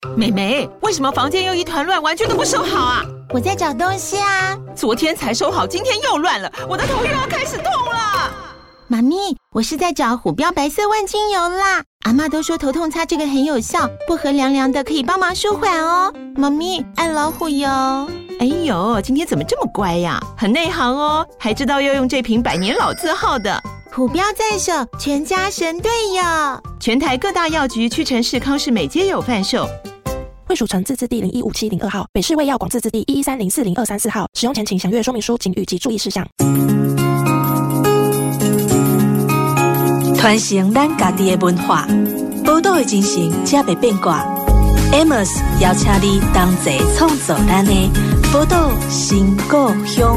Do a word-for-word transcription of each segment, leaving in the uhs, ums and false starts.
妹妹，为什么房间又一团乱，完全都不收好啊？ 我在找东西啊。 昨天才收好，今天又乱了，我的头又要开始痛了。 妈咪，我是在找虎标白色万金油啦。阿嬷都说头痛擦这个很有效，薄荷凉凉的可以帮忙舒缓哦。妈咪，爱老虎油。 哎呦，今天怎么这么乖呀？很内行哦，还知道要用这瓶百年老字号的。 虎标在手，全家神队友。 全台各大药局、屈臣氏、康士美皆有贩售。 惠蜀城自治地零一五七零二号，北市卫药广自治地一一三零四零二三四号。使用前请详阅说明书、警语及注意事项。 传承咱家己的文化，宝岛的精神才袂变卦。Amos 邀请你同齐创造咱的宝岛新故乡。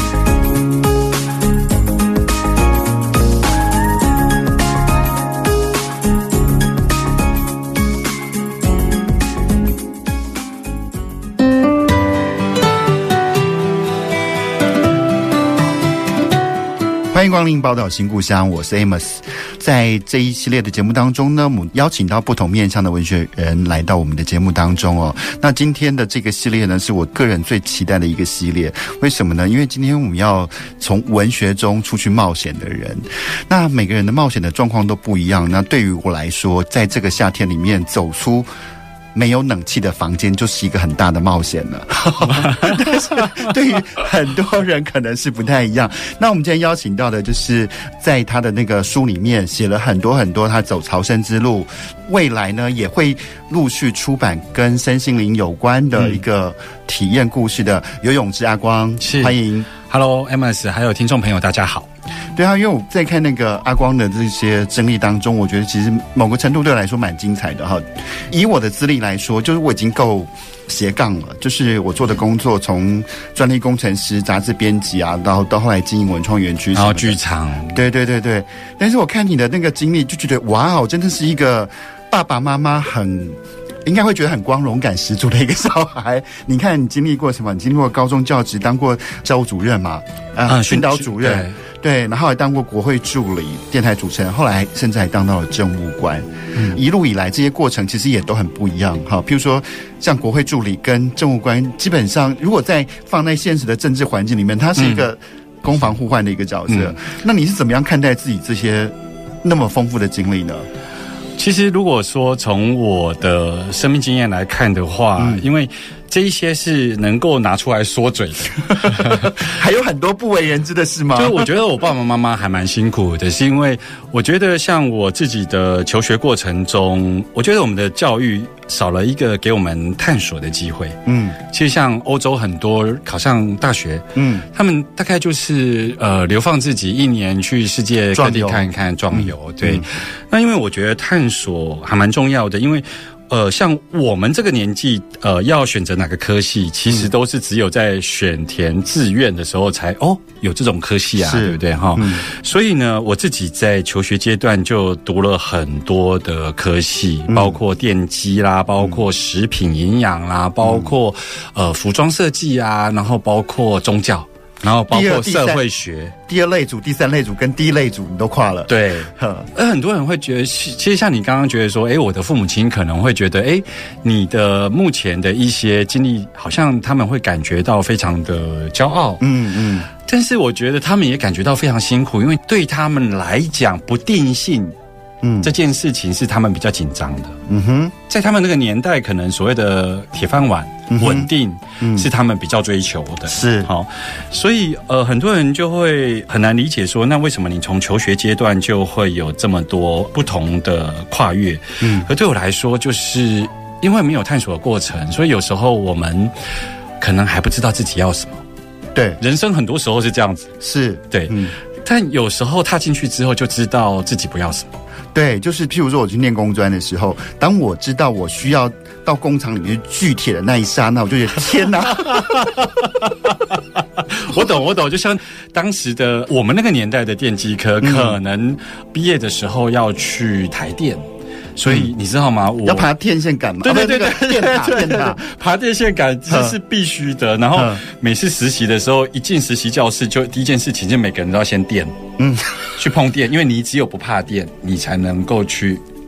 欢迎光临宝岛新故乡，我是 Amos。 在这一系列的节目当中呢，我们邀请到不同面向的文学人来到我们的节目当中哦。那今天的这个系列呢，是我个人最期待的一个系列。为什么呢？因为今天我们要从文学中出去冒险的人，那每个人的冒险的状况都不一样。那对于我来说，在这个夏天里面走出没有冷气的房间就是一个很大的冒险了但是对于很多人可能是不太一样。那我们今天邀请到的就是在他的那个书里面写了很多很多他走朝圣之路，未来呢也会陆续出版跟身心灵有关的一个体验故事的游泳之阿光。是，欢迎。 Hello Amos， 还有听众朋友大家好。 对啊，因为我在看那个阿光的这些经历当中，我觉得其实某个程度对我来说蛮精彩的哈。以我的资历来说，就是我已经够斜杠了，就是我做的工作从专利工程师、杂志编辑啊，到到后来经营文创园区， 然后剧场， 对对对对。但是我看你的那个经历，就觉得哇哦，真的是一个爸爸妈妈很。应该会觉得很光荣感十足的一个小孩。你看你经历过什么？你经历过高中教职，当过教务主任嘛，啊，训导主任，对，然后还当过国会助理、电台主持人，后来甚至还当到了政务官。嗯，一路以来这些过程其实也都很不一样哈。譬如说，像国会助理跟政务官，基本上如果在放在现实的政治环境里面，它是一个攻防互换的一个角色。嗯，那你是怎么样看待自己这些那么丰富的经历呢？ 其实如果说从我的生命经验来看的话，嗯，因为这一些是能够拿出来说嘴的还有很多不为人知的事吗？ 就我觉得我爸爸妈妈还蛮辛苦的，是因为我觉得像我自己的求学过程中，我觉得我们的教育少了一个给我们探索的机会。嗯，其实像欧洲很多考上大学，嗯，他们大概就是呃流放自己一年去世界各地看一看，壮游。嗯，对，嗯，那因为我觉得探索还蛮重要的，因为呃，像我们这个年纪，呃，要选择哪个科系，其实都是只有在选填志愿的时候才哦有这种科系啊，对不对哈？嗯，所以呢，我自己在求学阶段就读了很多的科系，嗯，包括电机啦，包括食品营养啦，嗯，包括呃服装设计啊，然后包括宗教。然后包括社会学， 第二类组、第三类组跟第一类组你都跨了。 对，而很多人会觉得，其实像你刚刚觉得说，哎，我的父母亲可能会觉得，哎，你的目前的一些经历，好像他们会感觉到非常的骄傲。嗯嗯。但是我觉得他们也感觉到非常辛苦，因为对他们来讲，不定性。嗯，这件事情是他们比较紧张的。嗯哼，在他们那个年代，可能所谓的铁饭碗、嗯、稳定、嗯、是他们比较追求的。是，好，所以呃，很多人就会很难理解说，那为什么你从求学阶段就会有这么多不同的跨越？嗯，可对我来说，就是因为没有探索的过程，所以有时候我们可能还不知道自己要什么。对，人生很多时候是这样子。是，对，嗯，但有时候踏进去之后，就知道自己不要什么。 对，就是譬如说我去念工专的时候，当我知道我需要到工厂里面锯铁的那一刹那，我就觉得天哪我懂我懂，就像当时的我们那个年代的电机科、嗯、可能毕业的时候要去台电，所以你知道吗？我要爬电线杆嘛？ 对对对对， 电塔电塔， 爬电线杆这是必须的。然后每次实习的时候，一进实习教室，就第一件事情就每个人都要先电，嗯，去碰电，因为你只有不怕电，你才能够去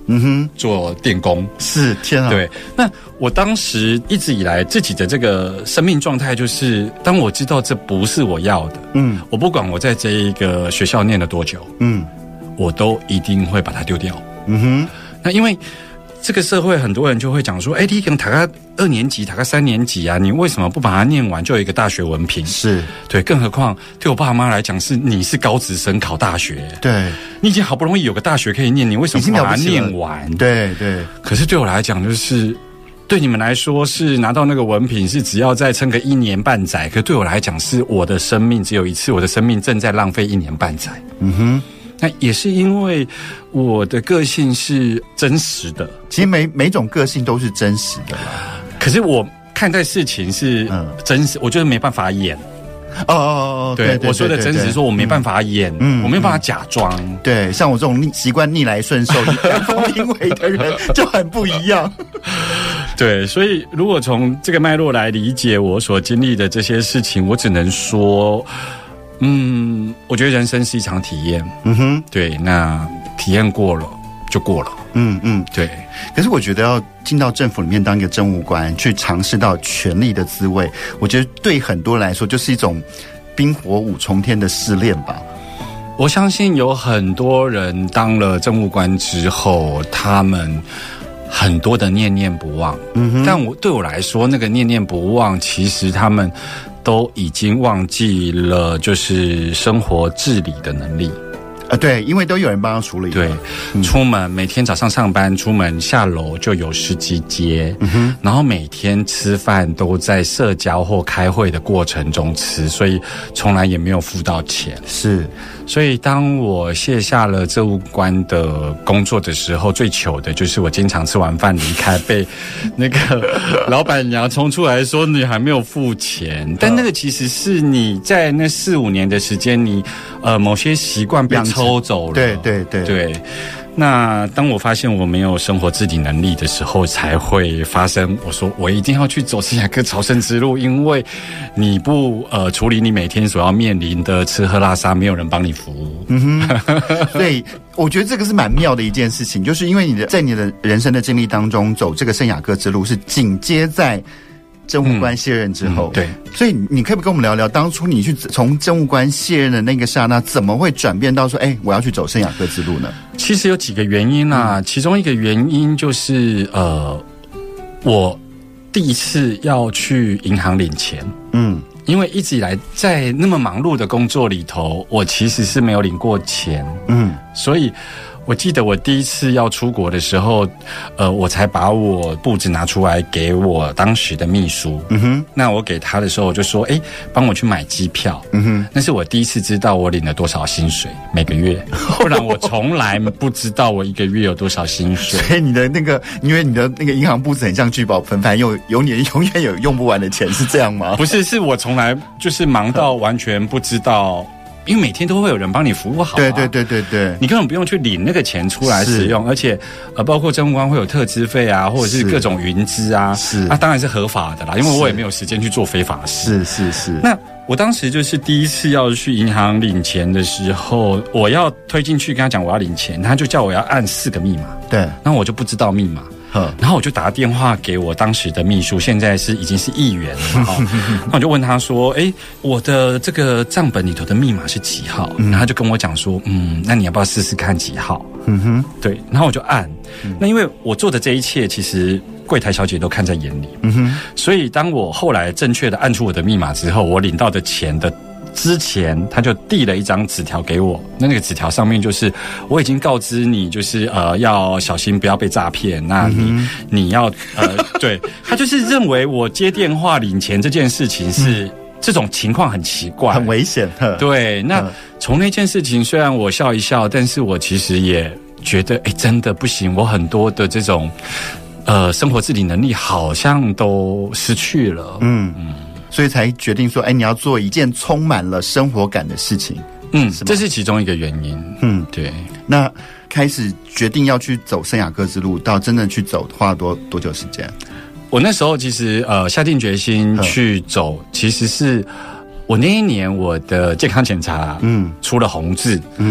嗯哼，做电工。 是，天啊！ 对，那我当时一直以来自己的这个生命状态，就是当我知道这不是我要的，嗯，我不管我在这一个学校念了多久，嗯，我都一定会把它丢掉。嗯哼，那因为这个社会很多人就会讲说，哎，你可能读个二年级、读个三年级啊，你为什么不把它念完就有一个大学文凭？ 是对，更何况对我爸妈来讲，是你是高职生考大学， 对， 你已经好不容易有个大学可以念，你为什么不把它念完？ 对对。 可是对我来讲，就是对你们来说是拿到那个文凭是只要再撑个一年半载，可对我来讲是我的生命只有一次，我的生命正在浪费一年半载。嗯哼。那也是因为我的个性是真实的， 其实每每种个性都是真实的啦。 可是我看待事情是真实，嗯、我觉得没办法演。 哦哦哦，对, 对, 对, 对， 我说的真实，说我没办法演，嗯，我没有办法假装。 对，像我这种习惯逆来顺受、阳奉阴违的人就很不一样。 对，所以如果从这个脉络来理解我所经历的这些事情，我只能说。嗯，我觉得人生是一场体验。嗯哼，对，那体验过了就过了。嗯嗯，对。 可是我觉得要进到政府里面当一个政务官，去尝试到权力的滋味，我觉得对很多人来说就是一种冰火五重天的试炼吧。 我相信有很多人当了政务官之后，他们很多的念念不忘。嗯哼，但我对我来说，那个念念不忘，其实他们都已经忘记了，就是生活自理的能力。 啊，对，因为都有人帮他处理。 对，嗯、出门每天早上上班，出门下楼就有司机接，嗯哼，然后每天吃饭都在社交或开会的过程中吃，所以从来也没有付到钱。 是， 所以当我卸下了政务官的工作的时候，最糗的就是我经常吃完饭离开，被那个老板娘冲出来说你还没有付钱，但那个其实是你在那四五年的时间，你呃某些习惯被抽走了。 对对对对。那当我发现我没有生活自理能力的时候，才会发生我说我一定要去走圣雅各朝圣之路，因为你不呃处理你每天所要面临的吃喝拉撒，没有人帮你服务。嗯哼，所以我觉得这个是蛮妙的一件事情，就是因为你的在你的人生的经历当中走这个圣雅各之路，是紧接在政务官卸任之后。 嗯嗯、对， 所以你可不可以跟我们聊聊，当初你去从政务官卸任的那个刹那，怎么会转变到说，哎，我要去走圣雅各之路呢？ 其实有几个原因啦、啊，嗯、其中一个原因就是呃，我第一次要去银行领钱，嗯，因为一直以来在那么忙碌的工作里头，我其实是没有领过钱，嗯，所以我记得我第一次要出国的时候，呃，我才把我簿子拿出来给我当时的秘书。嗯哼，那我给他的时候，我就说，哎，帮我去买机票。嗯哼，那是我第一次知道我领了多少薪水每个月，不然我从来不知道我一个月有多少薪水。 所以你的那个，因为你的那个银行簿子很像聚宝盆盘，有有你永远有用不完的钱，是这样吗？ 不是，是我从来就是忙到完全不知道。因为每天都会有人帮你服务好、啊， 对对对对对， 你根本不用去领那个钱出来使用，而且呃，包括政务官会有特资费啊，或者是各种云资啊，是那、啊、当然是合法的啦，因为我也没有时间去做非法事。 是是是。 那我当时就是第一次要去银行领钱的时候，我要推进去跟他讲我要领钱，他就叫我要按四个密码， 对， 然后我就不知道密码。然后我就打电话给我当时的秘书，现在是已经是议员了哈。那我就问他说：“哎，我的这个账本里头的密码是几号？”然后他就跟我讲说：“嗯，那你要不要试试看几号？”嗯哼，对。然后我就按。那因为我做的这一切，其实柜台小姐都看在眼里。嗯哼。所以当我后来正确的按出我的密码之后，我领到的钱的之前，他就递了一张纸条给我。那那个纸条上面就是我已经告知你，就是呃要小心不要被诈骗。那你、嗯、你要呃对，他就是认为我接电话领钱这件事情是、嗯、这种情况很奇怪， 很危险。 对，那从那件事情虽然我笑一笑，但是我其实也觉得，哎，真的不行，我很多的这种呃生活自理能力好像都失去了。嗯嗯。 所以才决定说，哎，你要做一件充满了生活感的事情。 嗯，是这是其中一个原因。嗯，对。 那开始决定要去走圣雅各之路，到真正去走，花了多多久时间？ 我那时候其实呃下定决心去走，其实是我那一年我的健康检查嗯出了红字嗯。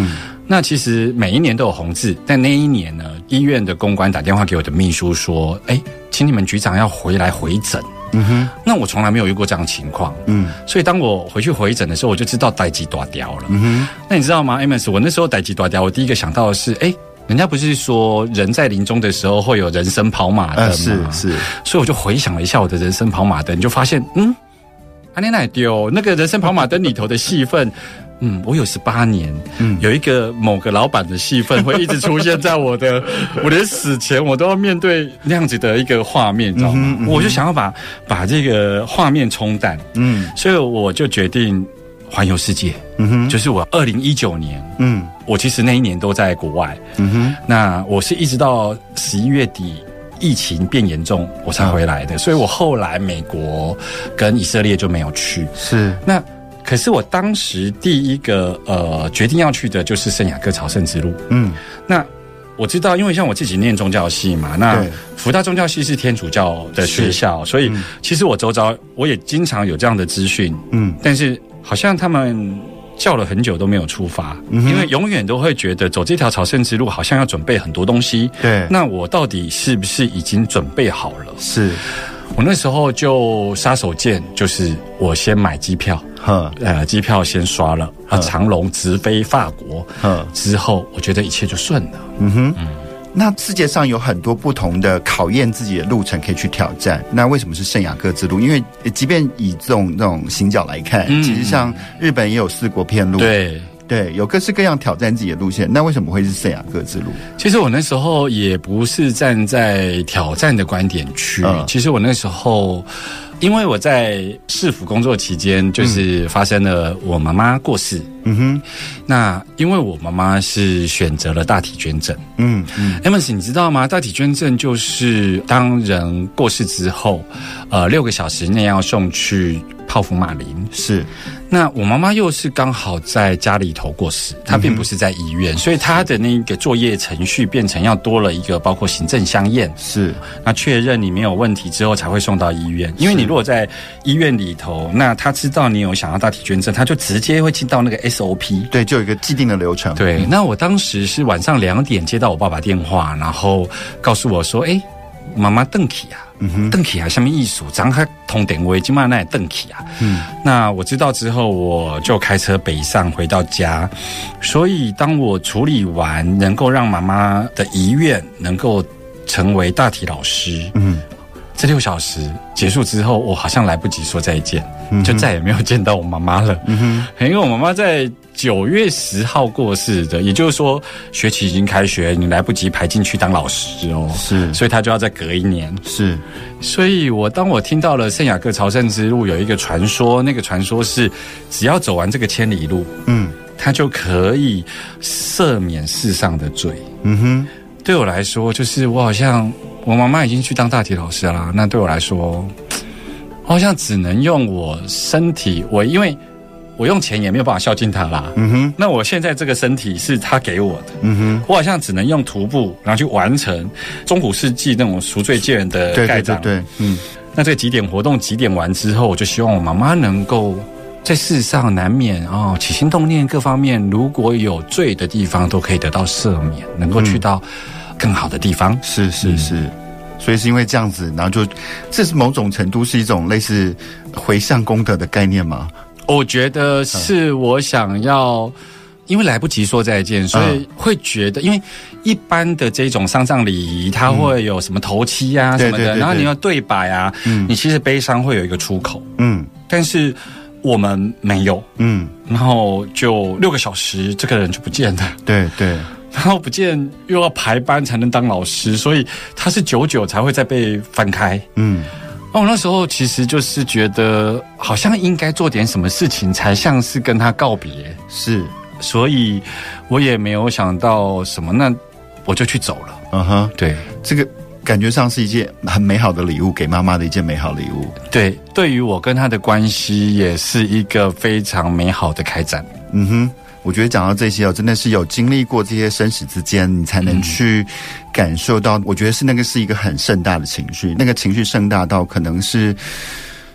那其实每一年都有红字，但那一年呢，医院的公关打电话给我的秘书说，哎，请你们局长要回来回诊。嗯哼，那我从来没有遇过这样的情况，嗯，所以当我回去回诊的时候，我就知道代志大条了。嗯哼，那你知道吗 ，Amos， 我那时候代志大条，我第一个想到的是，哎，人家不是说人在临终的时候会有人生跑马灯吗？呃、是是，所以我就回想了一下我的人生跑马灯，就发现，嗯，安妮奈丢那个人生跑马灯里头的戏份。嗯，我有十八年，嗯，有一个某个老板的戏份会一直出现在我的，我连死前我都要面对那样子的一个画面，你知道吗？嗯嗯、我就想要把把这个画面冲淡，嗯，所以我就决定环游世界，嗯哼，就是我二零一九年，嗯，我其实那一年都在国外，嗯哼，那我是一直到十一月底。疫情变严重，我才回来的，所以我后来美国跟以色列就没有去。是那。可是我当时第一个呃决定要去的就是圣雅各朝圣之路。嗯，那我知道，因为像我自己念宗教系嘛，那福大宗教系是天主教的学校，所以其实我周遭我也经常有这样的资讯。嗯，但是好像他们叫了很久都没有出发，嗯、因为永远都会觉得走这条朝圣之路好像要准备很多东西。对，那我到底是不是已经准备好了？是。我那时候就杀手锏，就是我先买机票，呃，机票先刷了，啊，长龙直飞法国，之后我觉得一切就顺了。嗯哼，嗯， 那世界上有很多不同的考验自己的路程可以去挑战，那为什么是圣雅各之路？因为即便以这种这种行脚来看，嗯、其实像日本也有四国遍路，对。对，有各式各样挑战自己的路线，那为什么会是圣雅各之路？ 其实我那时候也不是站在挑战的观点去，嗯、其实我那时候，因为我在市府工作期间，就是发生了我妈妈过世。嗯哼，那因为我妈妈是选择了大体捐赠。嗯嗯 ，Amos， 你知道吗？大体捐赠就是当人过世之后，呃，六个小时内要送去泡芙马林。是。那我妈妈又是刚好在家里头过世，她并不是在医院，嗯、所以她的那个作业程序变成要多了一个包括行政相验，是那确认你没有问题之后才会送到医院。因为你如果在医院里头，那他知道你有想要大体捐赠，他就直接会进到那个 S O P， 对，就有一个既定的流程。 对，嗯、那我当时是晚上两点接到我爸爸电话，然后告诉我说：“哎，妈妈邓起啊。”嗯，邓起啊，什么艺术？张开通电话，今晚那邓起啊。嗯，那我知道之后，我就开车北上回到家。所以，当我处理完，能够让妈妈的遗愿能够成为大体老师，嗯，这六小时结束之后，我好像来不及说再见，嗯、就再也没有见到我妈妈了。嗯哼，因为我妈妈在九月十号过世的，也就是说学期已经开学，你来不及排进去当老师哦，是，所以他就要再隔一年。是，所以我当我听到了圣雅各朝圣之路有一个传说，那个传说是只要走完这个千里路，嗯，他就可以赦免世上的罪。嗯哼，对我来说，就是我好像我妈妈已经去当大体老师啦，那对我来说，我好像只能用我身体，我因为。我用钱也没有办法孝敬他啦。嗯哼，那我现在这个身体是他给我的。嗯哼，我好像只能用徒步，然后去完成中古世纪那种赎罪戒人的盖章。对对对，嗯。那这个几点活动几点完之后，我就希望我妈妈能够在世上难免哦起心动念各方面，如果有罪的地方都可以得到赦免，能够去到更好的地方。嗯、 是是是。嗯，所以是因为这样子，然后就这是某种程度是一种类似回向功德的概念吗？ 我觉得是我想要，因为来不及说再见，所以会觉得，因为一般的这种丧葬礼仪，它会有什么头七啊什么的，然后你要对白啊，嗯，你其实悲伤会有一个出口，嗯，但是我们没有，嗯，然后就六个小时，这个人就不见了， 对对， 然后不见又要排班才能当老师，所以他是久久才会再被翻开，嗯。我那时候其实就是觉得好像应该做点什么事情才像是跟他告别，是，所以我也没有想到什么，那我就去走了。嗯哼，对， 这个感觉上是一件很美好的礼物，给妈妈的一件美好礼物。 对，对于我跟她的关系也是一个非常美好的开展。 嗯哼。我觉得讲到这些哦，真的是有经历过这些生死之间，你才能去感受到。我觉得是那个是一个很盛大的情绪，那个情绪盛大到可能是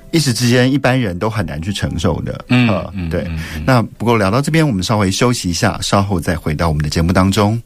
一时之间一般人都很难去承受的。 嗯， 呃、 嗯对、 嗯嗯。 那不过聊到这边，我们稍微休息一下，稍后再回到我们的节目当中。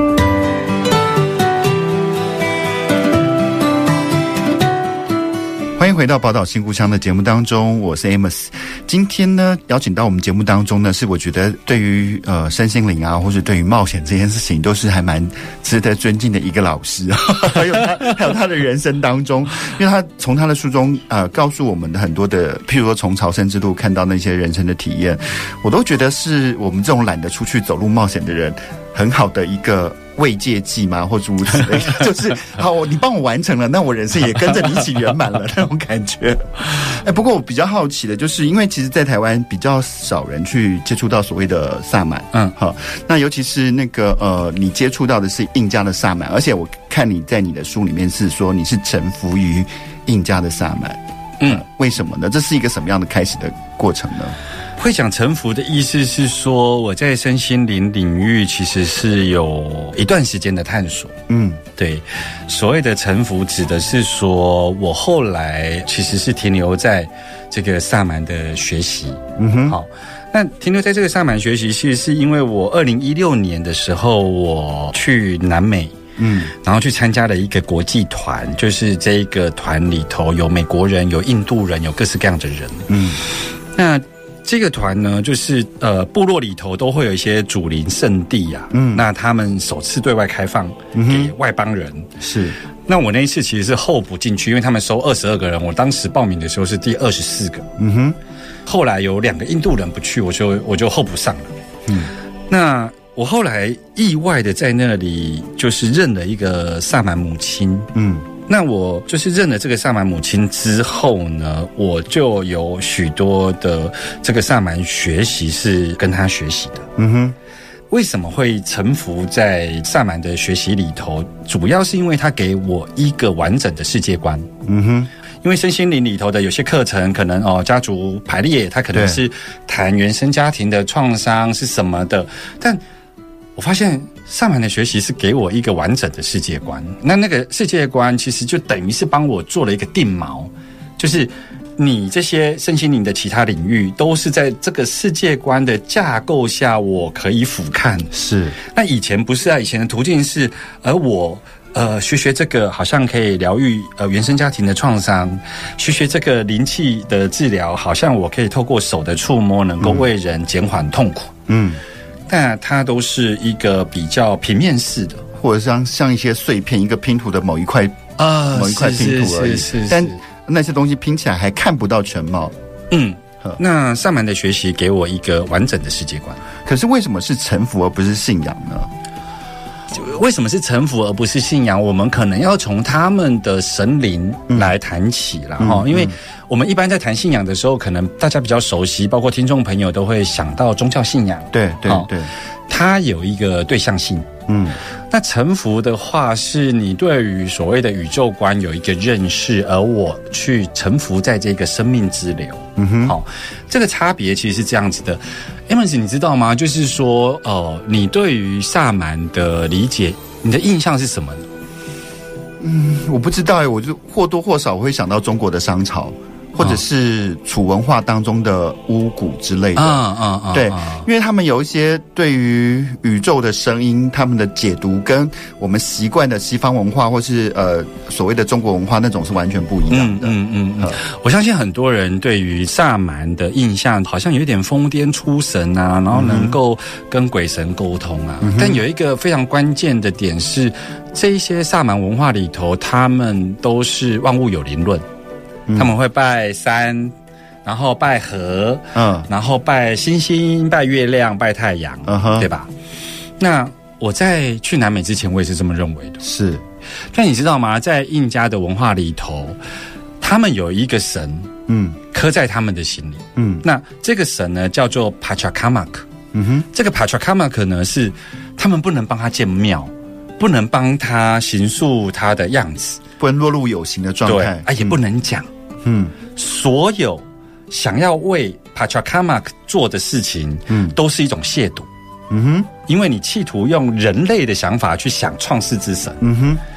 欢迎回到宝岛新故乡的节目当中，我是 Amos。今天呢，邀请到我们节目当中呢，是我觉得对于呃身心灵啊，或者对于冒险这件事情，都是还蛮值得尊敬的一个老师，还有他还有他的人生当中，因为他从他的书中呃告诉我们的很多的，譬如说从朝圣之路看到那些人生的体验，我都觉得是我们这种懒得出去走路冒险的人很好的一个慰藉剂嘛，或诸如此类，就是好，你帮我完成了，那我人生也跟着你一起圆满了那种感觉。哎，不过我比较好奇的就是，因为其实，在台湾比较少人去接触到所谓的萨满，嗯，好，那尤其是那个呃，你接触到的是印加的萨满，而且我看你在你的书里面是说你是臣服于印加的萨满，嗯，为什么呢？这是一个什么样的开始的过程呢？ 会讲臣服的意思是说，我在身心灵领域其实是有一段时间的探索。嗯，对，所谓的臣服指的是说我后来其实是停留在这个萨满的学习。嗯哼，好，那停留在这个萨满学习，其实是因为我二零一六年的时候，我去南美。嗯，然后去参加了一个国际团，就是这一个团里头有美国人，有印度人，有各式各样的人。嗯，那这个团呢，就是呃，部落里头都会有一些祖灵圣地啊，嗯，那他们首次对外开放给外邦人。嗯、是，那我那一次其实是候补进去，因为他们收二十二个人，我当时报名的时候是第二十四个。嗯哼，后来有两个印度人不去，我就我就候补上了。嗯，那我后来意外的在那里就是认了一个萨满母亲。嗯。那我就是认了这个萨满母亲之后呢，我就有许多的这个萨满学习是跟他学习的。嗯哼，为什么会臣服在萨满的学习里头？主要是因为他给我一个完整的世界观。嗯哼，因为身心灵里头的有些课程可能哦家族排列，它可能是谈原生家庭的创伤是什么的，但我发现萨满的学习是给我一个完整的世界观，那那个世界观其实就等于是帮我做了一个定锚，就是你这些身心灵的其他领域都是在这个世界观的架构下我可以俯瞰。是，那以前不是啊，以前的途径是而我呃学学这个好像可以疗愈呃原生家庭的创伤，学学这个灵气的治疗好像我可以透过手的触摸能够为人减缓痛苦。嗯，但它都是一个比较平面式的， 或者像像一些碎片，一个拼图的某一块啊，某一块拼图而已。是是是是，但那些东西拼起来还看不到全貌。嗯， 那萨满的学习给我一个完整的世界观。 可是为什么是臣服而不是信仰呢？ 为什么是臣服而不是信仰？我们可能要从他们的神灵来谈起啦。哈、嗯，因为我们一般在谈信仰的时候，可能大家比较熟悉，包括听众朋友都会想到宗教信仰。 对对对， 它有一个对象性。嗯，那臣服的话，是你对于所谓的宇宙观有一个认识，而我去臣服在这个生命之流。嗯哼，好，这个差别其实是这样子的。Amos， 你知道吗？就是说，哦、呃，你对于萨满的理解，你的印象是什么呢？ 嗯，我不知道哎，我就或多或少会想到中国的商朝。或者是楚文化当中的巫蛊之类的，啊啊啊！对，因为他们有一些对于宇宙的声音，他们的解读跟我们习惯的西方文化或是呃所谓的中国文化那种是完全不一样的。嗯嗯嗯。 我相信很多人对于萨满的印象，好像有一点疯癫出神啊，然后能够跟鬼神沟通啊。嗯、但有一个非常关键的点是，这一些萨满文化里头，他们都是万物有灵论。他们会拜山，然后拜河，嗯，然后拜星星、拜月亮、拜太阳，嗯哼，对吧？那我在去南美之前，我也是这么认为的。是，但你知道吗？在印加的文化里头，他们有一个神，嗯，刻在他们的心里，嗯，那这个神呢叫做 Pachacamac， 嗯哼，这个 Pachacamac 呢是他们不能帮他建庙，不能帮他形塑他的样子， 不能落入有形的状态， 对啊，也不能讲。嗯，所有想要为 Pachacamac 做的事情，嗯，都是一种亵渎。嗯哼，因为你企图用人类的想法去想创世之神。嗯哼，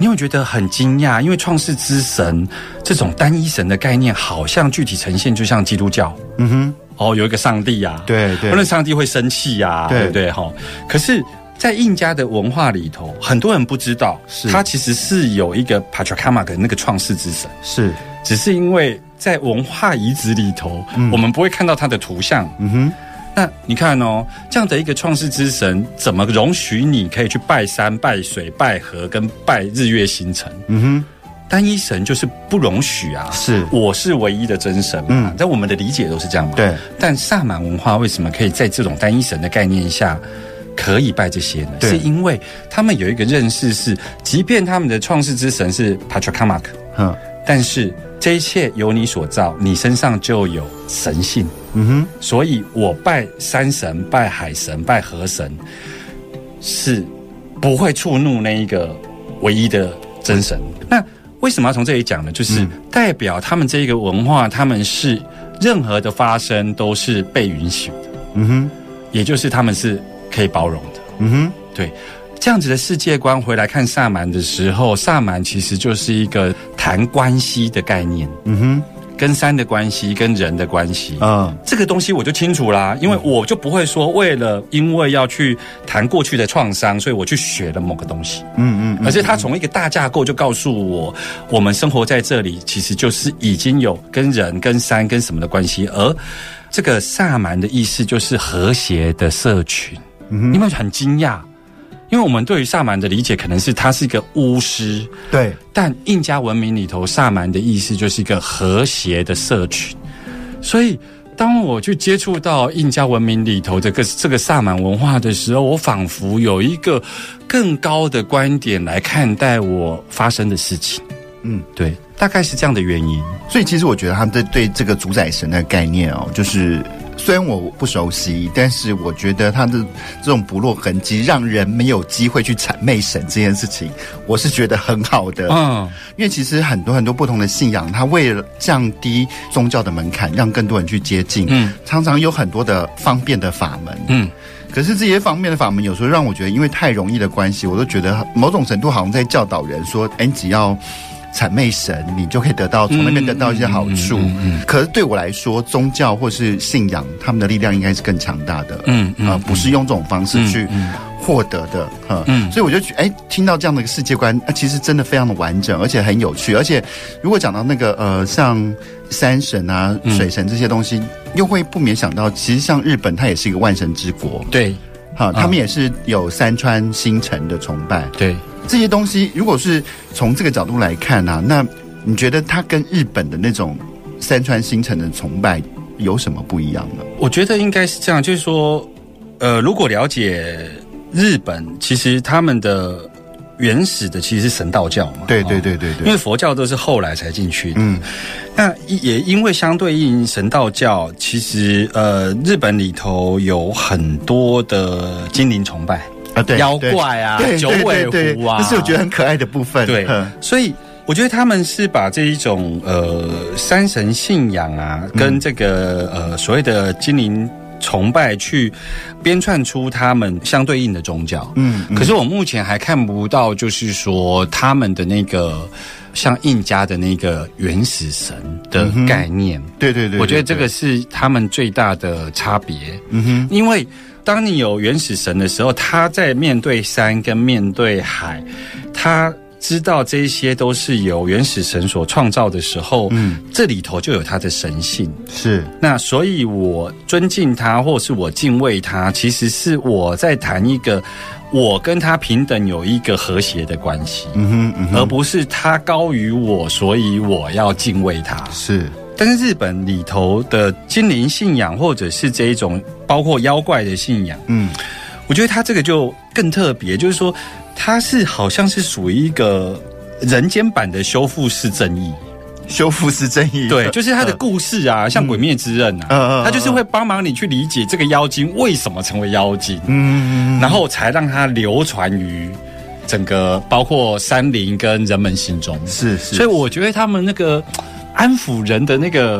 你会觉得很惊讶，因为创世之神这种单一神的概念，好像具体呈现就像基督教，嗯哼，哦，有一个上帝啊， 对对， 那上帝会生气啊，对不对？哈，可是，在印加的文化里头，很多人不知道，它其实是有一个 Pachacamac 的那个创世之神， 是， 只是因为在文化遗址里头，嗯、我们不会看到它的图像，嗯哼。那你看哦，这样的一个创世之神，怎么容许你可以去拜山、拜水、拜河，跟拜日月星辰？嗯哼，单一神就是不容许啊！ 是，我是唯一的真神嘛。嗯，在我们的理解都是这样嘛。 对。 但萨满文化为什么可以在这种单一神的概念下可以拜这些呢？是因为他们有一个认识是，即便他们的创世之神是 Pachacamac， 嗯，但是这一切由你所造，你身上就有神性。嗯哼，所以我拜山神、拜海神、拜河神，是不会触怒那一个唯一的真神。那为什么要从这里讲呢？就是代表他们这一个文化，他们是任何的发生都是被允许的。嗯哼，也就是他们是可以包容的。嗯哼，对。这样子的世界观回来看萨满的时候，萨满其实就是一个谈关系的概念。嗯哼。跟山的关系，跟人的关系，嗯，这个东西我就清楚啦，因为我就不会说为了因为要去谈过去的创伤，所以我去学了某个东西，嗯 嗯, 嗯，而且他从一个大架构就告诉我，我们生活在这里，其实就是已经有跟人、跟山、跟什么的关系，而这个萨满的意思就是和谐的社群，嗯，你们很惊讶。因为我们对于萨满的理解可能是他是一个巫师， 对， 但印加文明里头萨满的意思就是一个和谐的社群。所以当我去接触到印加文明里头这个这个萨满文化的时候，我仿佛有一个更高的观点来看待我发生的事情。嗯，对，大概是这样的原因。 所以其实我觉得他们对对这个主宰神的概念哦，就是虽然我不熟悉，但是我觉得他的这种部落痕迹，让人没有机会去谄媚神这件事情，我是觉得很好的。嗯，因为其实很多很多不同的信仰，它为了降低宗教的门槛，让更多人去接近，嗯，常常有很多的方便的法门，嗯。可是这些方面的法门，有时候让我觉得，因为太容易的关系，我都觉得某种程度好像在教导人说，哎，你只要谄媚神，你就可以得到从那边得到一些好处。嗯嗯嗯嗯、可是对我来说，宗教或是信仰，他们的力量应该是更强大的。嗯嗯、呃，不是用这种方式去获得的。嗯，嗯所以我就觉得，哎，听到这样的一个世界观，呃，其实真的非常的完整，而且很有趣。而且如果讲到那个呃，像山神啊、水神这些东西，嗯、又会不免想到，其实像日本，它也是一个万神之国。 对， 哈，他们也是有山川星辰的崇拜。 对。 这些东西，如果是从这个角度来看啊，那你觉得它跟日本的那种山川星辰的崇拜有什么不一样呢？ 我觉得应该是这样，就是说，呃，如果了解日本，其实他们的原始的其实是神道教嘛， 对对对对对， 因为佛教都是后来才进去的。嗯，那也因为相对应神道教，其实呃，日本里头有很多的精灵崇拜。 啊，对， 妖怪啊，九尾狐啊， 这是我觉得很可爱的部分。 对，所以我觉得他们是把这一种呃山神信仰啊，跟这个呃所谓的精灵崇拜去编串出他们相对应的宗教。嗯，嗯可是我目前还看不到，就是说他们的那个像印加的那个原始神的概念。嗯、 对, 对对对， 我觉得这个是他们最大的差别。嗯哼，因为当你有原始神的时候，他在面对山跟面对海，他知道这些都是由原始神所创造的时候，嗯，这里头就有他的神性。 是，那所以我尊敬他，或是我敬畏他，其实是我在谈一个我跟他平等有一个和谐的关系，嗯哼嗯哼，而不是他高于我，所以我要敬畏他。 是。 但是日本里头的精灵信仰，或者是这一种包括妖怪的信仰，嗯，我觉得它这个就更特别，就是说它是好像是属于一个人间版的修复式正义。 修复式正义， 对，就是它的故事啊，嗯、像《鬼灭之刃》啊，嗯、它就是会帮忙你去理解这个妖精为什么成为妖精，嗯，然后才让它流传于整个包括山林跟人们心中。 是是， 所以我觉得他们那个安抚人的那个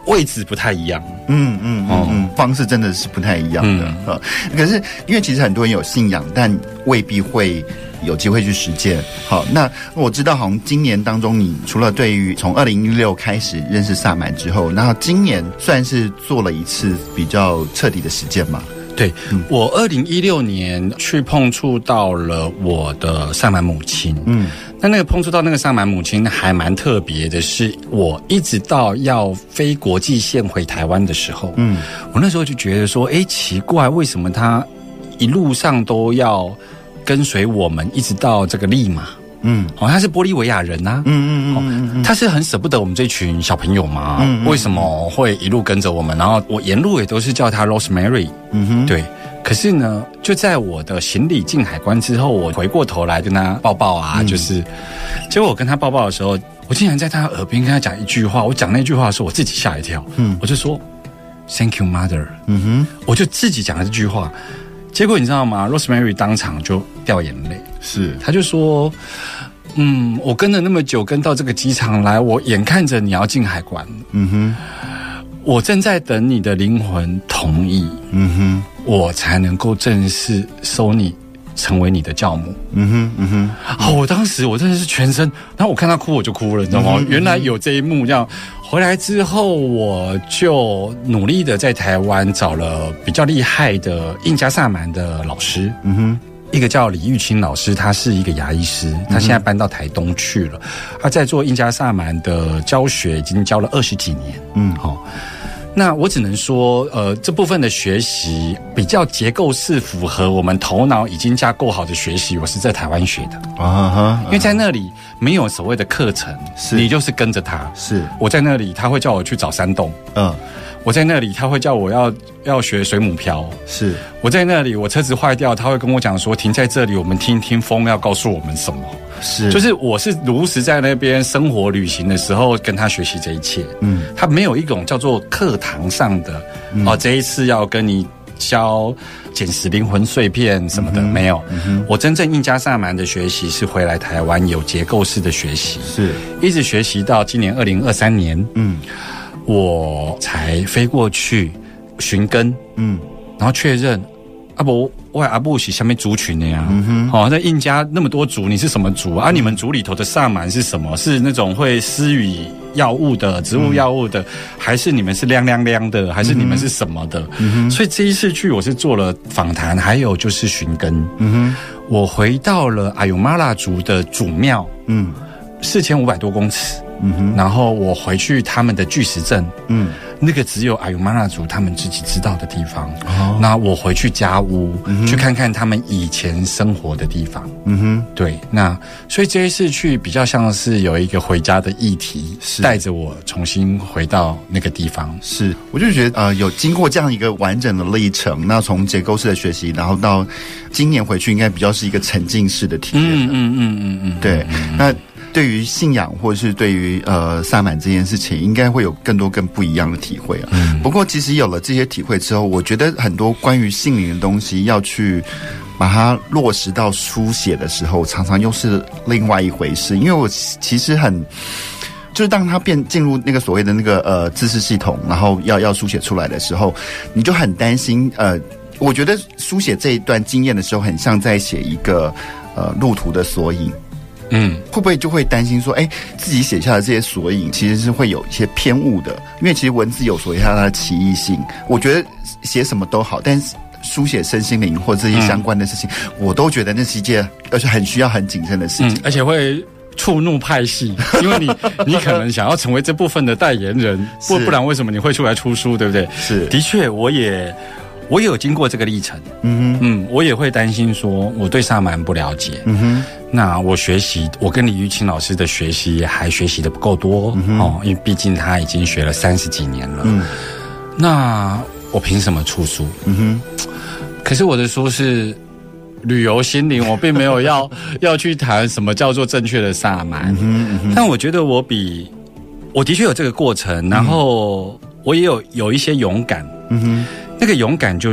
位置不太一样。 嗯嗯嗯嗯，方式真的是不太一样的啊、嗯。可是因为其实很多人有信仰，但未必会有机会去实践。好，那我知道好像今年当中，你除了对于从二零一六开始认识萨满之后，然后今年算是做了一次比较彻底的实践嘛？ 对，嗯、我二零一六年去碰触到了我的萨满母亲。嗯，那那个碰触到那个萨满母亲还蛮特别的是，我一直到要飞国际线回台湾的时候，嗯，我那时候就觉得说，哎，奇怪，为什么他一路上都要跟随我们，一直到这个利马？嗯，哦，他是玻利维亚人呐、啊，嗯嗯嗯嗯嗯，他是很舍不得我们这群小朋友嘛，嗯嗯嗯，为什么会一路跟着我们？然后我沿路也都是叫他 Rosemary， 嗯哼，对。可是呢，就在我的行李进海关之后，我回过头来跟他抱抱啊，嗯、就是，结果我跟他抱抱的时候，我竟然在他耳边跟他讲一句话，我讲那句话的时候，我自己吓一跳，嗯，我就说 Thank you, Mother， 嗯哼，我就自己讲了这句话。结果你知道吗 ？Rosemary 当场就掉眼泪，是，他就说：“嗯，我跟了那么久，跟到这个机场来，我眼看着你要进海关，嗯哼，我正在等你的灵魂同意，嗯哼，我才能够正式收你成为你的教母，嗯哼，嗯哼。好，我当时我真的是全身，然后我看他哭我就哭了，你知道吗？嗯、原来有这一幕这样。”回来之后，我就努力的在台湾找了比较厉害的印加萨满的老师，嗯哼，一个叫李玉清老师，他是一个牙医师，他现在搬到台东去了，他在做印加萨满的教学，已经教了二十几年，嗯，好、哦。那我只能说，呃，这部分的学习比较结构式符合我们头脑已经架构好的学习，我是在台湾学的啊哈，因为在那里没有所谓的课程，是你就是跟着他。是我在那里，他会叫我去找山洞，嗯，我在那里，他会叫我要要学水母漂，是我在那里，我车子坏掉，他会跟我讲说停在这里，我们听听风要告诉我们什么。是，就是我是如实在那边生活旅行的时候跟他学习这一切，嗯，他没有一种叫做课堂上的，嗯、哦，这一次要跟你教捡拾灵魂碎片什么的，嗯、没有，嗯、我真正印加萨满的学习是回来台湾有结构式的学习，是一直学习到今年二零二三年，嗯，我才飞过去寻根，嗯，然后确认。阿伯，我阿布是下面族群的呀、啊，嗯好、哦，在印加那么多族，你是什么族啊？你们族里头的萨满是什么？是那种会施予药物的、植物药物的，嗯、还是你们是亮亮亮的？还是你们是什么的？嗯、所以这一次去，我是做了访谈，还有就是寻根。嗯我回到了阿尤马拉族的祖庙，嗯，四千五百多公尺。嗯哼，然后我回去他们的巨石阵，嗯，那个只有阿尤玛纳族他们自己知道的地方。哦，那我回去家屋、嗯、去看看他们以前生活的地方。嗯哼，对，那所以这一次去比较像是有一个回家的议题，带着我重新回到那个地方。是，我就觉得呃，有经过这样一个完整的历程，那从结构式的学习，然后到今年回去，应该比较是一个沉浸式的体验。嗯嗯嗯嗯嗯，对，嗯、那。对于信仰或者是对于呃萨满这件事情，应该会有更多更不一样的体会啊。嗯、不过其实有了这些体会之后，我觉得很多关于心灵的东西要去把它落实到书写的时候，常常又是另外一回事。因为我其实很就是当它变进入那个所谓的那个呃知识系统，然后要要书写出来的时候，你就很担心呃。我觉得书写这一段经验的时候，很像在写一个呃路途的索引。嗯，会不会就会担心说，哎，自己写下的这些索引其实是会有一些偏误的？因为其实文字有所谓它的奇异性，我觉得写什么都好，但是书写身心灵或这些相关的事情，嗯、我都觉得那是一件而且很需要很谨慎的事情，嗯、而且会触怒派系，因为你你可能想要成为这部分的代言人，不不然为什么你会出来出书，对不对？是，的确，我也。我也有经过这个历程，嗯哼，嗯，我也会担心说我对萨满不了解，嗯哼，那我学习，我跟李玉清老师的学习还学习的不够多，嗯、哦，因为毕竟他已经学了三十几年了，嗯，那我凭什么出书？嗯哼，可是我的书是旅游心灵，我并没有要要去谈什么叫做正确的萨满，嗯哼嗯哼，但我觉得我比我的确有这个过程，然后我也有有一些勇敢，嗯哼。那个勇敢就是，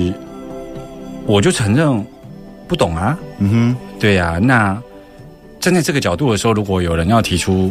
我就承认不懂啊，嗯哼，对啊。那站在这个角度的时候，如果有人要提出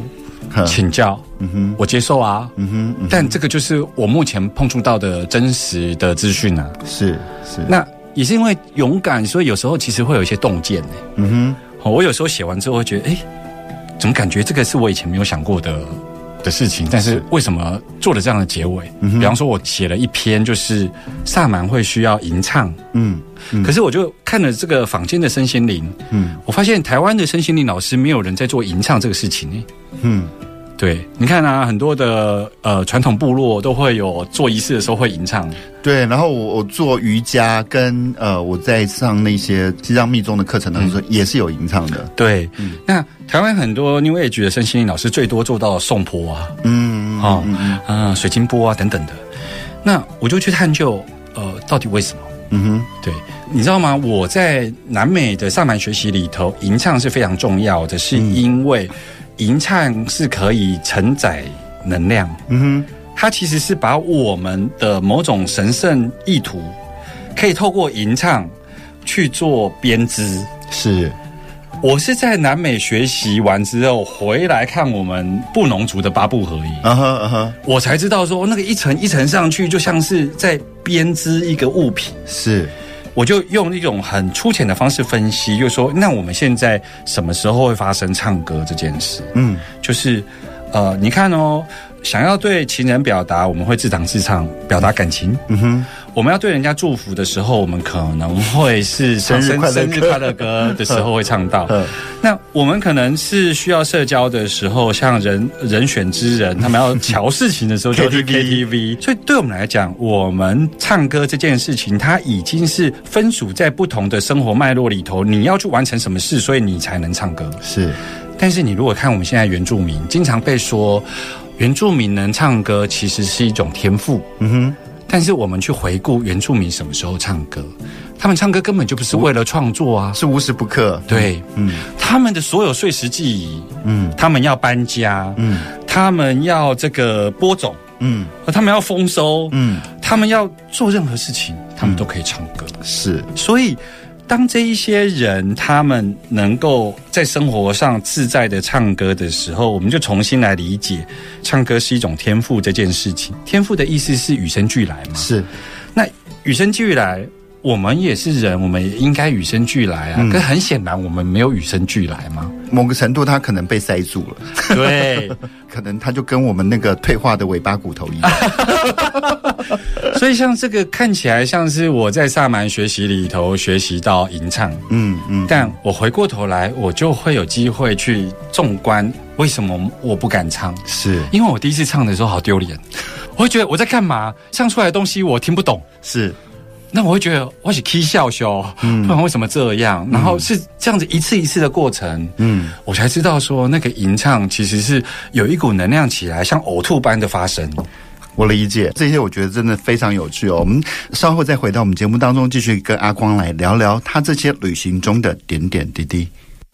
请教，嗯哼，我接受啊，嗯哼，嗯哼，但这个就是我目前碰触到的真实的资讯啊， 是是， 那也是因为勇敢，所以有时候其实会有一些洞见呢，嗯哼，我有时候写完之后会觉得，哎，怎么感觉这个是我以前没有想过的的事情，但是为什么做了这样的结尾？嗯、比方说，我写了一篇，就是萨满会需要吟唱，嗯，嗯可是我就看了这个坊间的身心灵，嗯，我发现台湾的身心灵老师没有人在做吟唱这个事情，嗯，对，你看啊，很多的呃传统部落都会有做仪式的时候会吟唱。 对，然后我我做瑜伽跟呃我在上那些西藏密宗的课程当中、嗯、也是有吟唱的。 对，嗯、那台湾很多 New Age 的身心灵老师最多做到颂钵啊，嗯，哦，嗯嗯、呃，水晶钵啊等等的。那我就去探究，呃，到底为什么？嗯哼，对，你知道吗？我在南美的萨满学习里头，吟唱是非常重要的，是因为吟唱是可以承载能量。嗯哼。它其实是把我们的某种神圣意图，可以透过吟唱去做编织。 是， 我是在南美学习完之后回来看我们布农族的八部合一，啊哈啊哈，我才知道说那个一层一层上去，就像是在编织一个物品。 是， 我就用一种很粗浅的方式分析，就是说，那我们现在什么时候会发生唱歌这件事？嗯，就是呃，你看哦。想要对情人表达，我们会自弹自唱，表达感情。嗯哼，我们要对人家祝福的时候，我们可能会是生日快乐生日快乐歌的时候会唱到。那我们可能是需要社交的时候，像人人选之人，他们要瞧事情的时候就去 K T V。所以对我们来讲，我们唱歌这件事情，它已经是分属在不同的生活脉络里头。你要去完成什么事，所以你才能唱歌。 是， 但是你如果看我们现在原住民，经常被说。原住民能唱歌其实是一种天赋，嗯哼。但是我们去回顾原住民什么时候唱歌，他们唱歌根本就不是为了创作啊， 是无时不刻。 对，嗯，他们的所有碎石记忆，嗯，他们要搬家，嗯，他们要这个播种，嗯，他们要丰收，嗯，他们要做任何事情，他们都可以唱歌。 嗯、是， 所以。当这一些人他们能够在生活上自在的唱歌的时候，我们就重新来理解唱歌是一种天赋这件事情。天赋的意思是与生俱来嘛？ 是。 那与生俱来，我们也是人，我们也应该与生俱来啊。嗯、可是很显然，我们没有与生俱来嘛。 某个程度，它可能被塞住了。 对， 可能它就跟我们那个退化的尾巴骨头一样。 所以像这个看起来像是我在萨满学习里头学习到吟唱，嗯嗯，但我回过头来，我就会有机会去纵观为什么我不敢唱， 是因为我第一次唱的时候好丢脸，我会觉得我在干嘛，唱出来的东西我听不懂， 是。 那我会觉得我是 key 笑笑，嗯，不然为什么这样？然后是这样子一次一次的过程，嗯，我才知道说那个吟唱其实是有一股能量起来，像呕吐般的发生。 我理解这些，我觉得真的非常有趣哦。我们稍后再回到我们节目当中，继续跟阿光来聊聊他这些旅行中的点点滴滴。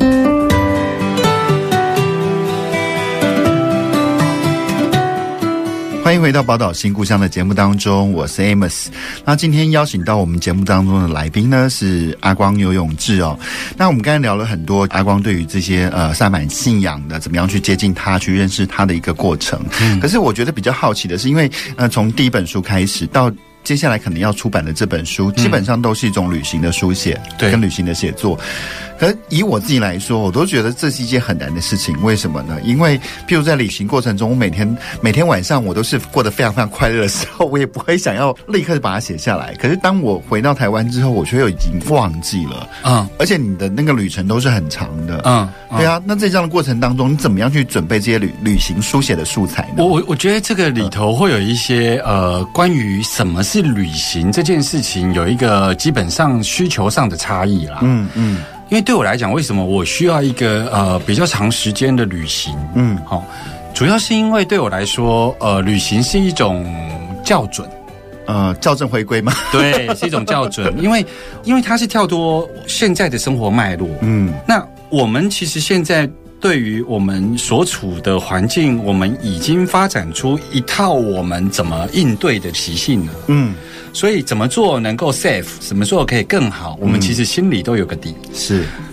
欢迎回到宝岛新故乡的节目当中，我是 Amos。那今天邀请到我们节目当中的来宾呢是阿光游泳志哦。那我们刚才聊了很多阿光对于这些呃萨满信仰的怎么样去接近他，去认识他的一个过程。嗯、可是我觉得比较好奇的是，因为呃从第一本书开始到接下来可能要出版的这本书，基本上都是一种旅行的书写，对，跟旅行的写作。可是以我自己来说，我都觉得这是一件很难的事情。为什么呢？因为譬如在旅行过程中，我每天每天晚上我都是过得非常非常快乐的时候，我也不会想要立刻把它写下来。可是当我回到台湾之后，我却已经忘记了。嗯，而且你的那个旅程都是很长的。嗯，嗯对啊。那在这样的过程当中，你怎么样去准备这些旅旅行书写的素材呢？ 我我我觉得这个里头会有一些呃，关于什么是旅行这件事情，有一个基本上需求上的差异啦。嗯嗯。因为对我来讲，为什么我需要一个呃比较长时间的旅行？嗯，好、哦，主要是因为对我来说，呃，旅行是一种校准， 呃，校正回归吗？ 对，是一种校准，因为因为它是跳脱现在的生活脉络。嗯，那我们其实现在对于我们所处的环境，我们已经发展出一套我们怎么应对的习性了。嗯。所以怎么做能够 safe， 什么做可以更好，我们其实心里都有个底。 是，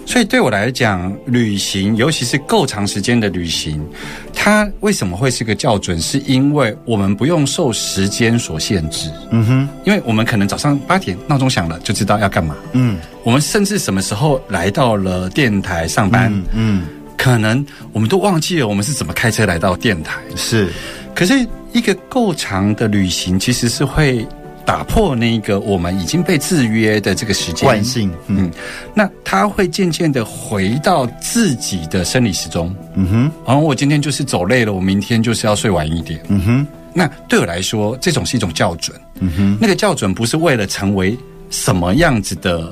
所以对我来讲，旅行，尤其是够长时间的旅行，它为什么会是个校准？是因为我们不用受时间所限制。嗯哼，因为我们可能早上八点闹钟响了就知道要干嘛。嗯，我们甚至什么时候来到了电台上班，嗯，嗯可能我们都忘记了我们是怎么开车来到电台。 是， 可是一个够长的旅行，其实是会打破那个我们已经被制约的这个时间惯性，嗯，嗯那它会渐渐的回到自己的生理时钟，嗯哼，然后我今天就是走累了，我明天就是要睡晚一点，嗯哼，那对我来说，这种是一种校准，嗯哼，那个校准不是为了成为什么样子的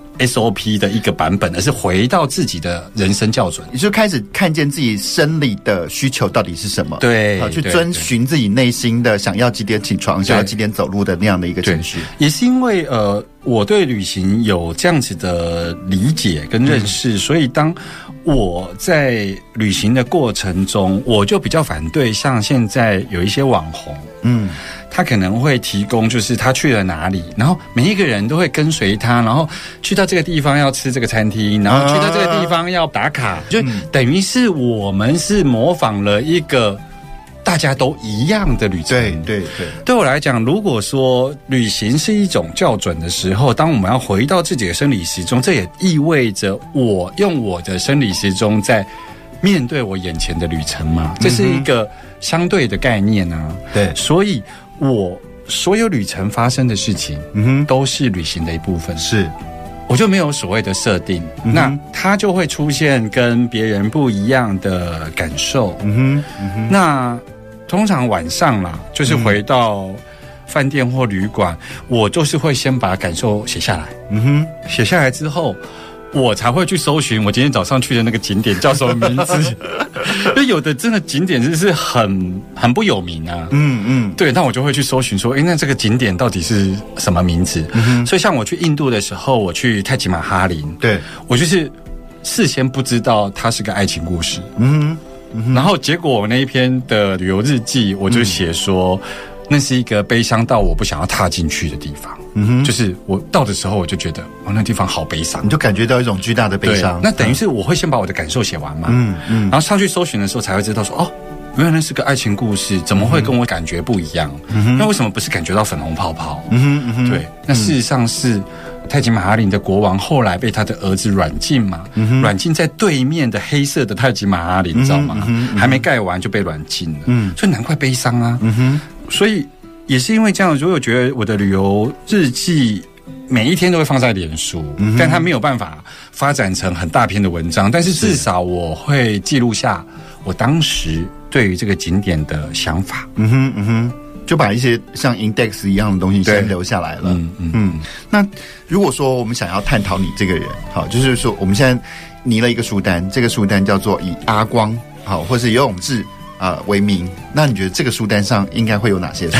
S O P 的一个版本，而是回到自己的人生校准， 你就开始看见自己生理的需求到底是什么， 对， 啊，去遵循自己内心的想要几点起床，想要几点走路的那样的一个程序。 也是因为呃，我对旅行有这样子的理解跟认识，嗯，所以当我在旅行的过程中，我就比较反对像现在有一些网红，嗯。他可能会提供，就是他去了哪里，然后每一个人都会跟随他，然后去到这个地方要吃这个餐厅，然后去到这个地方要打卡，啊，就等于是我们是模仿了一个大家都一样的旅程。 对对对， 对我来讲，如果说旅行是一种校准的时候，当我们要回到自己的生理时钟，这也意味着我用我的生理时钟在面对我眼前的旅程嘛，这是一个相对的概念啊。 对， 所以我所有旅程发生的事情，嗯哼，都是旅行的一部分。 是， 我就没有所谓的设定，嗯，那它就会出现跟别人不一样的感受。嗯哼，嗯哼，那通常晚上啦，就是回到饭店或旅馆，嗯，我就是会先把感受写下来。嗯哼，写下来之后，我才会去搜寻我今天早上去的那个景点叫什么名字。因为有的真的景点就是很很不有名啊，嗯嗯，对，那我就会去搜寻说，哎，那这个景点到底是什么名字？嗯，所以像我去印度的时候，我去泰姬玛哈林， 对， 我就是事先不知道它是个爱情故事，嗯，嗯然后结果我那一篇的旅游日记，我就写说，嗯，那是一个悲伤到我不想要踏进去的地方。嗯哼，就是我到的时候，我就觉得哦，那地方好悲伤， 你就感觉到一种巨大的悲伤。 那等于是我会先把我的感受写完嘛，嗯嗯，然后上去搜寻的时候才会知道说，哦，原来那是个爱情故事，怎么会跟我感觉不一样？嗯，那为什么不是感觉到粉红泡泡？嗯哼，嗯哼，对，那事实上是泰姬玛哈林的国王后来被他的儿子软禁嘛，嗯，软禁在对面的黑色的泰姬玛哈林，你知道吗？嗯，还没盖完就被软禁了，嗯，所以难怪悲伤啊。嗯哼，所以。也是因为这样，所以我觉得我的旅游日记每一天都会放在脸书，嗯，但它没有办法发展成很大篇的文章，但是至少我会记录下我当时对于这个景点的想法。嗯哼嗯哼， 就把一些像 index 一样的东西先留下来了。嗯嗯嗯。那如果说我们想要探讨你这个人，好，就是说我们现在拟了一个书单，这个书单叫做以阿光好，或是游泳志。啊、呃，为名，那你觉得这个书单上应该会有哪些书？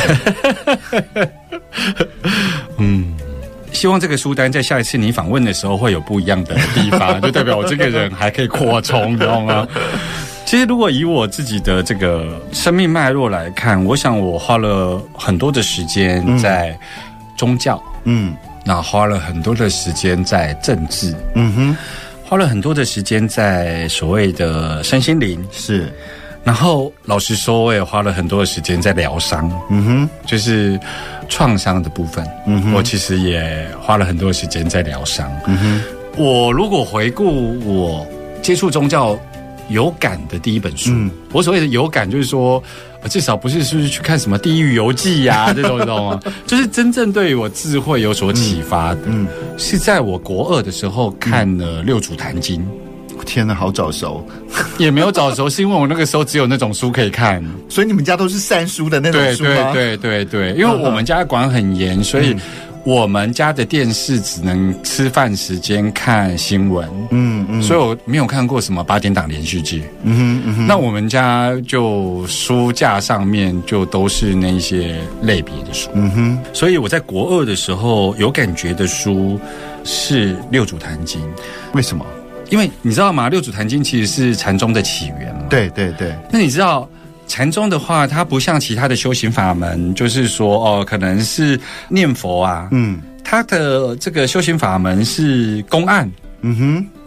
嗯，希望这个书单在下一次你访问的时候会有不一样的地方，就代表我这个人还可以扩充，你知道吗？其实，如果以我自己的这个生命脉络来看，我想我花了很多的时间在宗教，嗯，那花了很多的时间在政治，嗯哼，花了很多的时间在所谓的身心灵， 是。 然后老实说，我也花了很多的时间在疗伤，嗯哼，就是创伤的部分，嗯哼，我其实也花了很多的时间在疗伤，嗯哼。我如果回顾我接触宗教有感的第一本书，嗯，我所谓的有感就是说，至少不是是不是去看什么《地狱游记》呀这种，你知道吗？就是真正对于我智慧有所启发的，嗯，是在我国二的时候看了《六祖坛经》。 天哪，好早熟， 也没有早熟，是因为我那个时候只有那种书可以看， 所以你们家都是善书的那种书吗？ 对对对对对，因为我们家管很严，所以我们家的电视只能吃饭时间看新闻，嗯嗯，所以我没有看过什么八点档连续剧，嗯哼嗯哼。那我们家就书架上面就都是那些类别的书，嗯哼。所以我在国二的时候有感觉的书是《六祖坛经》， 为什么？ 因为你知道吗？六祖坛经其实是禅宗的起源嘛。 对对对。 那你知道禅宗的话，它不像其他的修行法门，就是说哦，可能是念佛啊，嗯，它的这个修行法门是公案，嗯哼，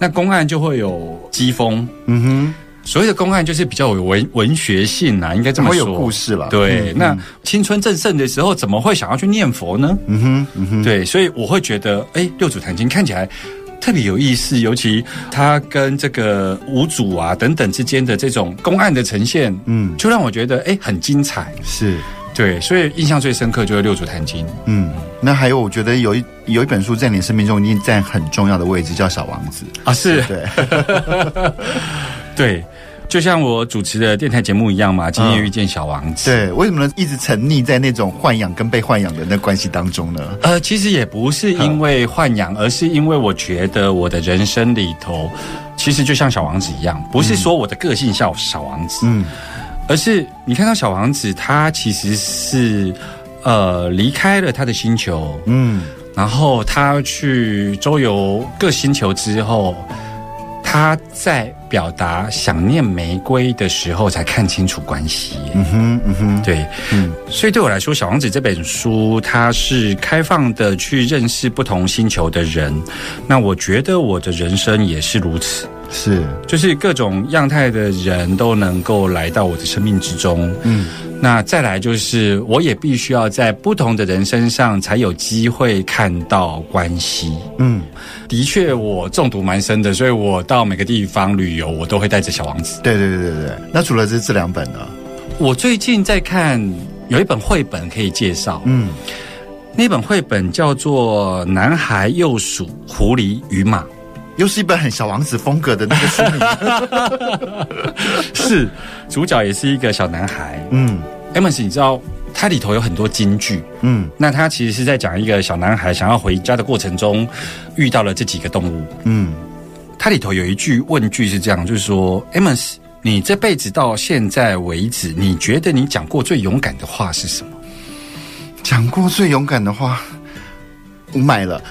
那公案就会有机锋， 嗯哼。 所谓的公案就是比较有文文学性啊，应该这么说， 会有故事了。 对， 嗯、 那青春正盛的时候，怎么会想要去念佛呢？ 嗯哼，嗯哼， 对，所以我会觉得，哎，六祖坛经看起来特别有意思，尤其它跟这个五祖啊等等之间的这种公案的呈现，嗯，就让我觉得，哎，很精彩。 是。 对，所以印象最深刻就是《六祖坛经》。 嗯，那还有，我觉得有一有一本书在你生命中已经占很重要的位置，叫《小王子》 啊，是， 对， 对，就像我主持的电台节目一样嘛，今夜遇见小王子。 嗯、对，为什么呢？一直沉溺在那种豢养跟被豢养的那关系当中呢？ 呃，其实也不是因为豢养，而是因为我觉得我的人生里头，其实就像小王子一样，不是说我的个性像小王子，嗯。而是你看到小王子，他其实是呃离开了他的星球，嗯，然后他去周游各星球之后，他在表达想念玫瑰的时候，才看清楚关系。嗯哼，嗯哼，对，嗯，所以对我来说，《小王子》这本书，它是开放的去认识不同星球的人。那我觉得我的人生也是如此。 是， 就是各种样态的人都能够来到我的生命之中。嗯，那再来就是我也必须要在不同的人身上才有机会看到关系。嗯，的确我中毒蛮深的，所以我到每个地方旅游我都会带着小王子。 对对对对对。那除了这这两本呢？ 我最近在看有一本绘本可以介绍。嗯，那本绘本叫做《男孩、鼬鼠、狐狸与马》。 又是一本很小王子风格的那个书名。 是，主角也是一个小男孩。嗯 ，Amos， 你知道它里头有很多金句。嗯，那他其实是在讲一个小男孩想要回家的过程中遇到了这几个动物。嗯，它里头有一句问句是这样，就是说 ，Amos， 你这辈子到现在为止，你觉得你讲过最勇敢的话是什么？ 讲过最勇敢的话，我买了。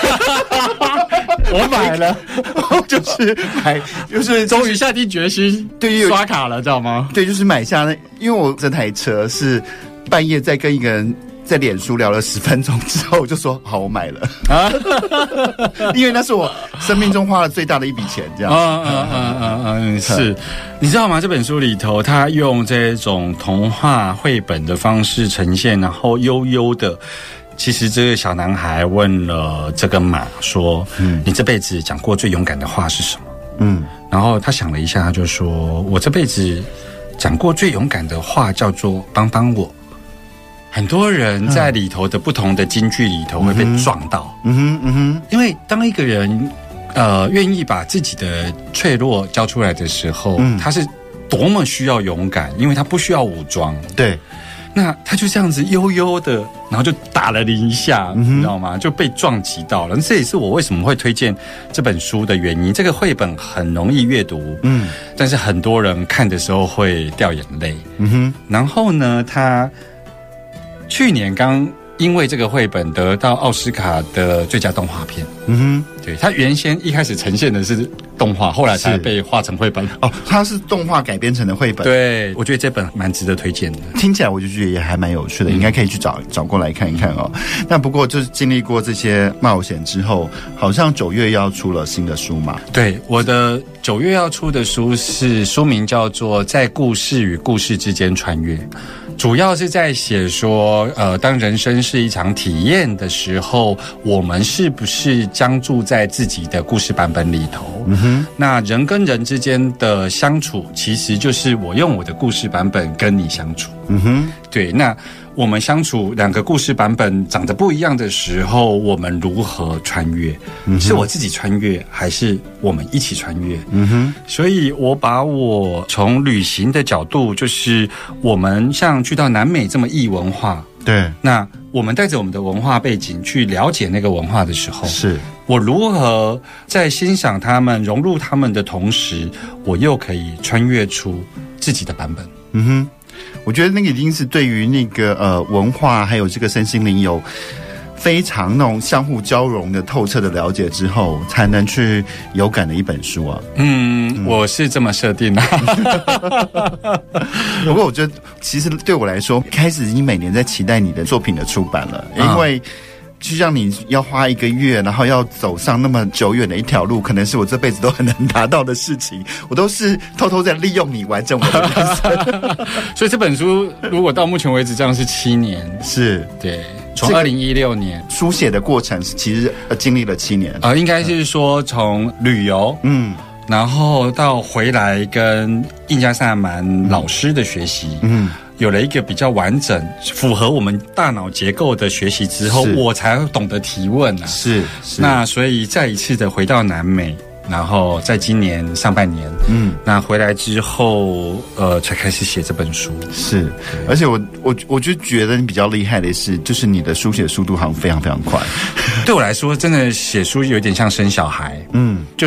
我买了， 就是买，就是终于下定决心，对，刷卡了，知道吗？ 对，就是买下那，因为我这台车是半夜在跟一个人在脸书聊了十分钟之后，我就说好，我买了啊，因为那是我生命中花了最大的一笔钱，这样。嗯嗯嗯嗯嗯，是，你知道吗？这本书里头，他用这种童话绘本的方式呈现，然后悠悠的。其实这个小男孩问了这个马说：“嗯，你这辈子讲过最勇敢的话是什么？”嗯，然后他想了一下，他就说：“我这辈子讲过最勇敢的话叫做帮帮我。”很多人在里头的不同的金句里头会被撞到。嗯哼嗯哼，因为当一个人呃愿意把自己的脆弱交出来的时候，嗯、他是多么需要勇敢，因为他不需要武装。 对。 那他就这样子悠悠的，然后就打了你一下，嗯、你知道吗？就被撞击到了。这也是我为什么会推荐这本书的原因。这个绘本很容易阅读，嗯，但是很多人看的时候会掉眼泪。嗯哼。然后呢，他去年刚因为这个绘本得到奥斯卡的最佳动画片。嗯哼。对，他原先一开始呈现的是动画，后来才被画成绘本。 哦，它是动画改编成的绘本。 对，我觉得这本蛮值得推荐的。 听起来我就觉得也还蛮有趣的，嗯、应该可以去找找过来看一看哦。那不过就是经历过这些冒险之后，好像九月要出了新的书嘛？ 对，我的九月要出的书是书名叫做《在故事与故事之间穿越》。主要是在写说，呃，当人生是一场体验的时候，我们是不是僵住在自己的故事版本里头？嗯哼，那人跟人之间的相处，其实就是我用我的故事版本跟你相处。嗯哼，对，那我们相处两个故事版本长得不一样的时候，我们如何穿越？嗯、是我自己穿越，还是我们一起穿越？嗯哼，所以我把我从旅行的角度，就是我们像去到南美这么异文化， 对， 那我们带着我们的文化背景去了解那个文化的时候， 是我如何在欣赏他们、融入他们的同时，我又可以穿越出自己的版本。 嗯哼。我觉得那个已经是对于那个呃文化还有这个身心灵有非常那种相互交融的透彻的了解之后，才能去有感的一本书啊。 嗯，嗯我是这么设定的。 不过我觉得，其实对我来说，开始已经每年在期待你的作品的出版了，因为就像你要花一个月，然后要走上那么久远的一条路，可能是我这辈子都很难达到的事情。我都是偷偷在利用你完整我的人生。 所以这本书如果到目前为止这样是七年， 是对。从二零一六年书写的过程，其实呃经历了七年。 呃，应该是说从旅游，嗯，然后到回来跟印加萨满老师的学习，嗯。有了一个比较完整、符合我们大脑结构的学习之后，我才懂得提问啊。 是，是。 那所以再一次的回到南美，然后在今年上半年，嗯，那回来之后，呃，才开始写这本书。 是，而且我我我就觉得你比较厉害的是，就是你的书写速度好像非常非常快。 对我来说，真的写书有点像生小孩，嗯，就是。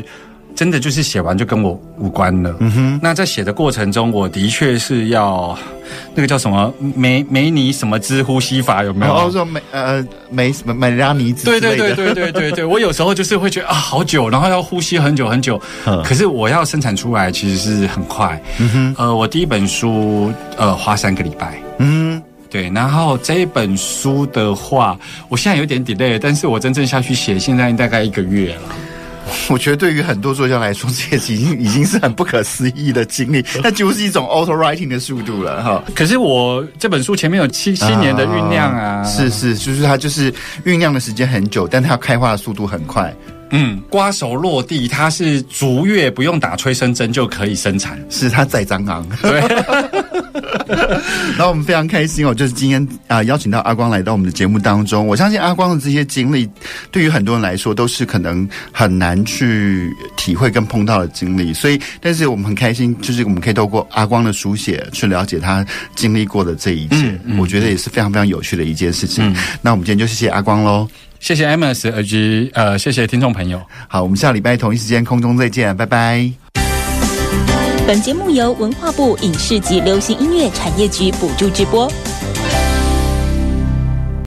真的就是写完就跟我无关了。嗯哼。那在写的过程中，我的确是要那个叫什么梅梅尼什么之呼吸法有没有？ 哦，说梅呃梅什么梅拉尼子之类的。 对对对对对对对，我有时候就是会觉得啊好久，然后要呼吸很久很久。嗯。可是我要生产出来其实是很快。嗯哼。呃，我第一本书呃花三个礼拜。嗯。对，然后这一本书的话，我现在有点 delay， 但是我真正下去写，现在大概一个月了。 我觉得对于很多作家来说，这已经已经是很不可思议的经历，那几乎是一种 auto writing 的速度了哈。 可是我这本书前面有七七年的酝酿啊，啊是是，就是它就是酝酿的时间很久，但它开花的速度很快。 嗯，瓜熟落地，它是逐月不用打催生针就可以生产， 是它在蟑螂。 对。 然后我们非常开心哦，就是今天啊、呃、邀请到阿光来到我们的节目当中。我相信阿光的这些经历，对于很多人来说都是可能很难去体会跟碰到的经历。所以，但是我们很开心，就是我们可以透过阿光的书写去了解他经历过的这一切。嗯嗯、我觉得也是非常非常有趣的一件事情。嗯、那我们今天就谢谢阿光喽。 谢谢 Amos， 以及呃，谢谢听众朋友。 好，我们下礼拜同一时间空中再见，拜拜。 本节目由文化部影视及流行音乐产业局补助直播。